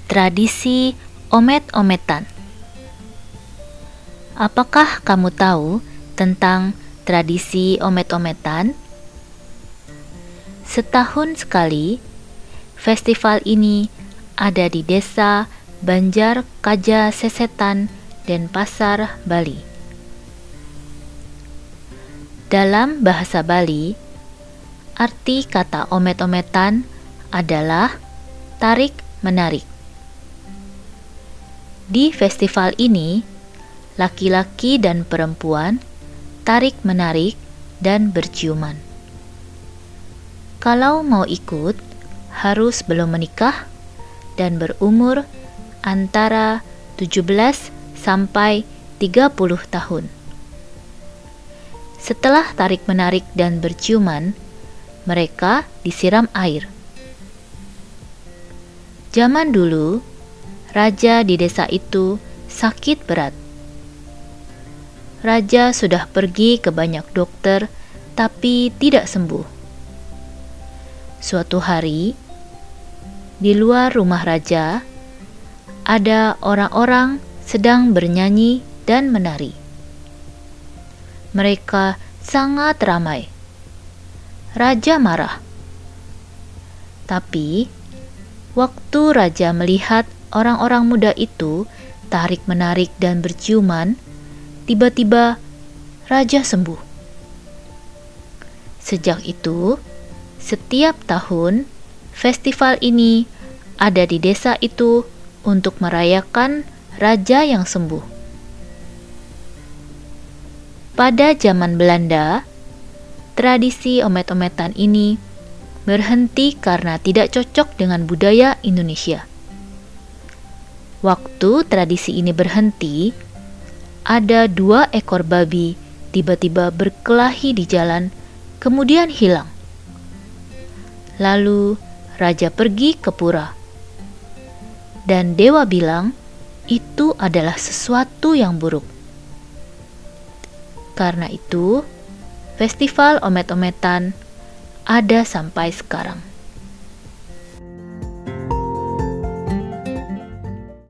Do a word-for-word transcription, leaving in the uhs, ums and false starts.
Tradisi omet-ometan. Apakah kamu tahu tentang tradisi omet-ometan? Setahun sekali, festival ini ada di desa Banjar Kaja Sesetan, Denpasar, Bali. Dalam bahasa Bali, arti kata omet-ometan adalah tarik-menarik. Di festival ini, laki-laki dan perempuan tarik-menarik dan berciuman. Kalau mau ikut, harus belum menikah dan berumur antara tujuh belas sampai tiga puluh tahun. Setelah tarik-menarik dan berciuman, mereka disiram air. Zaman dulu, raja di desa itu sakit berat. Raja sudah pergi ke banyak dokter, tapi tidak sembuh. Suatu hari, di luar rumah raja, ada orang-orang sedang bernyanyi dan menari. Mereka sangat ramai. Raja marah. Tapi, waktu raja melihat orang-orang muda itu tarik-menarik dan berciuman, tiba-tiba raja sembuh. Sejak itu, setiap tahun festival ini ada di desa itu untuk merayakan raja yang sembuh. Pada zaman Belanda, tradisi omet-ometan ini berhenti karena tidak cocok dengan budaya Indonesia. Waktu tradisi ini berhenti, ada dua ekor babi tiba-tiba berkelahi di jalan, kemudian hilang. Lalu raja pergi ke pura, dan dewa bilang itu adalah sesuatu yang buruk. Karena itu, festival omet-ometan ada sampai sekarang.